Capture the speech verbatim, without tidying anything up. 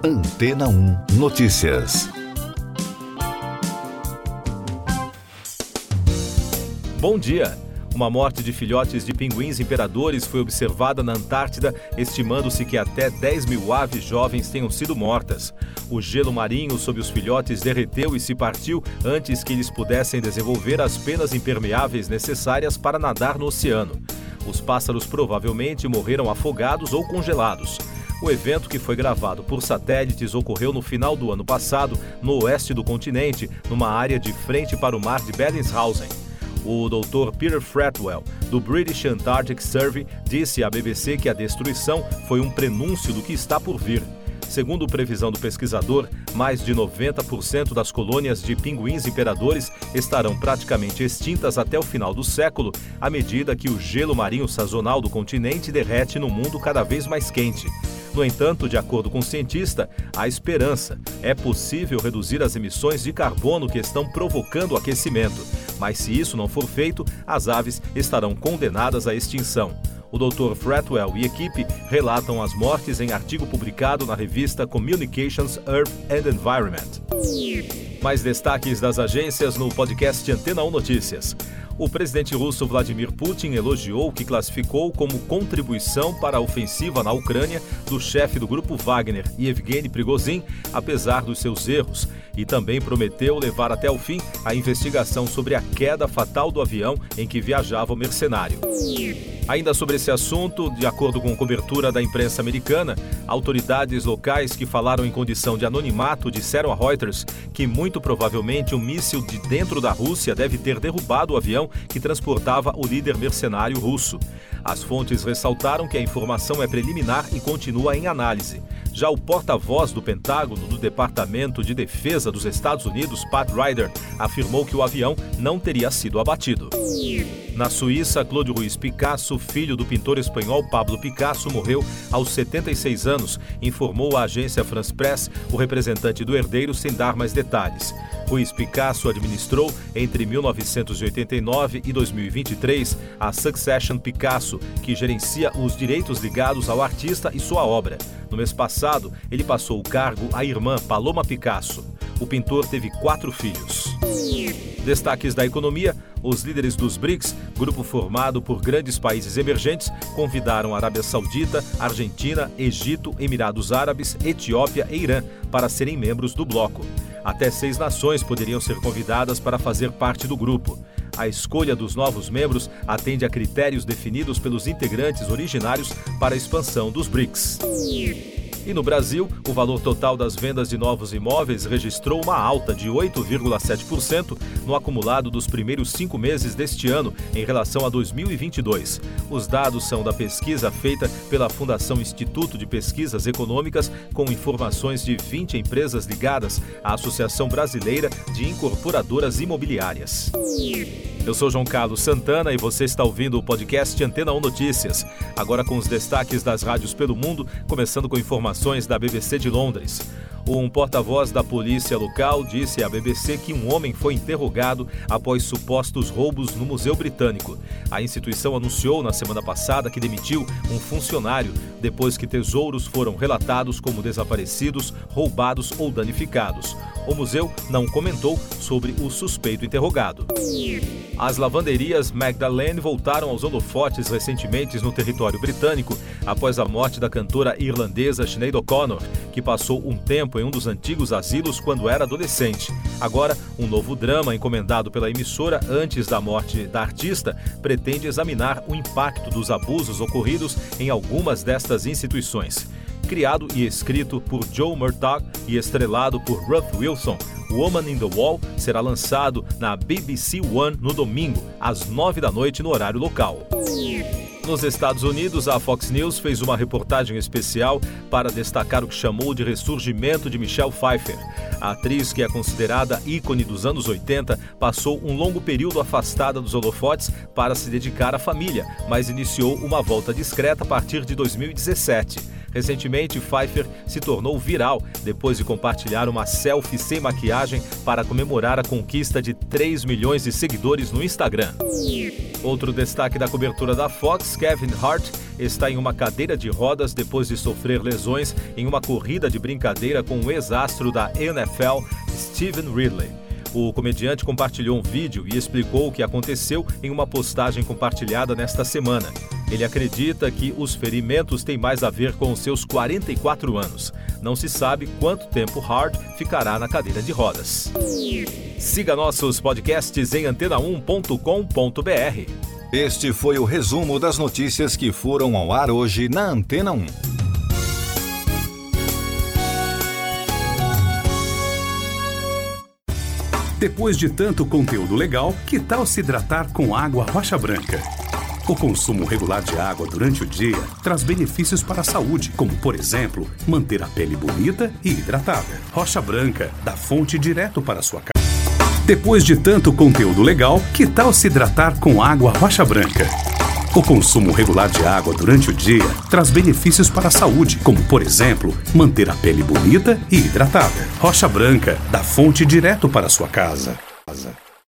Antena um Notícias. Bom dia! Uma morte de filhotes de pinguins imperadores foi observada na Antártida, estimando-se que até dez mil aves jovens tenham sido mortas. O gelo marinho sob os filhotes derreteu e se partiu antes que eles pudessem desenvolver as penas impermeáveis necessárias para nadar no oceano. Os pássaros provavelmente morreram afogados ou congelados. O evento, que foi gravado por satélites, ocorreu no final do ano passado, no oeste do continente, numa área de frente para o mar de Bellingshausen. O doutor Peter Fretwell, do British Antarctic Survey, disse à B B C que a destruição foi um prenúncio do que está por vir. Segundo previsão do pesquisador, mais de noventa por cento das colônias de pinguins imperadores estarão praticamente extintas até o final do século, à medida que o gelo marinho sazonal do continente derrete no mundo cada vez mais quente. No entanto, de acordo com o cientista, há esperança. É possível reduzir as emissões de carbono que estão provocando o aquecimento. Mas se isso não for feito, as aves estarão condenadas à extinção. O doutor Fretwell e equipe relatam as mortes em artigo publicado na revista Communications, Earth and Environment. Mais destaques das agências no podcast Antena um Notícias. O presidente russo Vladimir Putin elogiou o que classificou como contribuição para a ofensiva na Ucrânia do chefe do grupo Wagner, Yevgeny Prigozhin, apesar dos seus erros, e também prometeu levar até o fim a investigação sobre a queda fatal do avião em que viajava o mercenário. Ainda sobre esse assunto, de acordo com cobertura da imprensa americana, autoridades locais que falaram em condição de anonimato disseram a Reuters que muito provavelmente um míssil de dentro da Rússia deve ter derrubado o avião que transportava o líder mercenário russo. As fontes ressaltaram que a informação é preliminar e continua em análise. Já o porta-voz do Pentágono do Departamento de Defesa dos Estados Unidos, Pat Ryder, afirmou que o avião não teria sido abatido. Na Suíça, Claude Ruiz Picasso, filho do pintor espanhol Pablo Picasso, morreu aos setenta e seis anos, informou a agência France Press, o representante do herdeiro, sem dar mais detalhes. Ruiz Picasso administrou, entre mil novecentos e oitenta e nove e dois mil e vinte e três, a Succession Picasso, que gerencia os direitos ligados ao artista e sua obra. No mês passado, ele passou o cargo à irmã Paloma Picasso. O pintor teve quatro filhos. Destaques da economia: os líderes dos BRICS, grupo formado por grandes países emergentes, convidaram a Arábia Saudita, Argentina, Egito, Emirados Árabes, Etiópia e Irã para serem membros do bloco. Até seis nações poderiam ser convidadas para fazer parte do grupo. A escolha dos novos membros atende a critérios definidos pelos integrantes originários para a expansão dos BRICS. E no Brasil, o valor total das vendas de novos imóveis registrou uma alta de oito vírgula sete por cento no acumulado dos primeiros cinco meses deste ano em relação a dois mil e vinte e dois. Os dados são da pesquisa feita pela Fundação Instituto de Pesquisas Econômicas, com informações de vinte empresas ligadas à Associação Brasileira de Incorporadoras Imobiliárias. Eu sou João Carlos Santana e você está ouvindo o podcast Antena um Notícias. Agora com os destaques das rádios pelo mundo, começando com informações da B B C de Londres. Um porta-voz da polícia local disse à B B C que um homem foi interrogado após supostos roubos no Museu Britânico. A instituição anunciou na semana passada que demitiu um funcionário depois que tesouros foram relatados como desaparecidos, roubados ou danificados. O museu não comentou sobre o suspeito interrogado. As lavanderias Magdalene voltaram aos holofotes recentemente no território britânico após a morte da cantora irlandesa Sinéad O'Connor, que passou um tempo em um dos antigos asilos quando era adolescente. Agora, um novo drama encomendado pela emissora antes da morte da artista pretende examinar o impacto dos abusos ocorridos em algumas destas instituições. Criado e escrito por Joe Murtagh e estrelado por Ruth Wilson, Woman in the Wall será lançado na B B C One no domingo, às nove da noite no horário local. Nos Estados Unidos, a Fox News fez uma reportagem especial para destacar o que chamou de ressurgimento de Michelle Pfeiffer. A atriz, que é considerada ícone dos anos oitenta, passou um longo período afastada dos holofotes para se dedicar à família, mas iniciou uma volta discreta a partir de dois mil e dezessete. Recentemente, Pfeiffer se tornou viral depois de compartilhar uma selfie sem maquiagem para comemorar a conquista de três milhões de seguidores no Instagram. Outro destaque da cobertura da Fox, Kevin Hart está em uma cadeira de rodas depois de sofrer lesões em uma corrida de brincadeira com o ex-astro da N F L, Stevan Ridley. O comediante compartilhou um vídeo e explicou o que aconteceu em uma postagem compartilhada nesta semana. Ele acredita que os ferimentos têm mais a ver com os seus quarenta e quatro anos. Não se sabe quanto tempo Hart ficará na cadeira de rodas. Siga nossos podcasts em antena um ponto com ponto b r. Este foi o resumo das notícias que foram ao ar hoje na Antena um. Depois de tanto conteúdo legal, que tal se hidratar com água Rocha Branca? O consumo regular de água durante o dia traz benefícios para a saúde, como, por exemplo, manter a pele bonita e hidratada. Rocha Branca, da fonte direto para a sua casa. Depois de tanto conteúdo legal, que tal se hidratar com água Rocha Branca? O consumo regular de água durante o dia traz benefícios para a saúde, como, por exemplo, manter a pele bonita e hidratada. Rocha Branca, da fonte direto para a sua casa.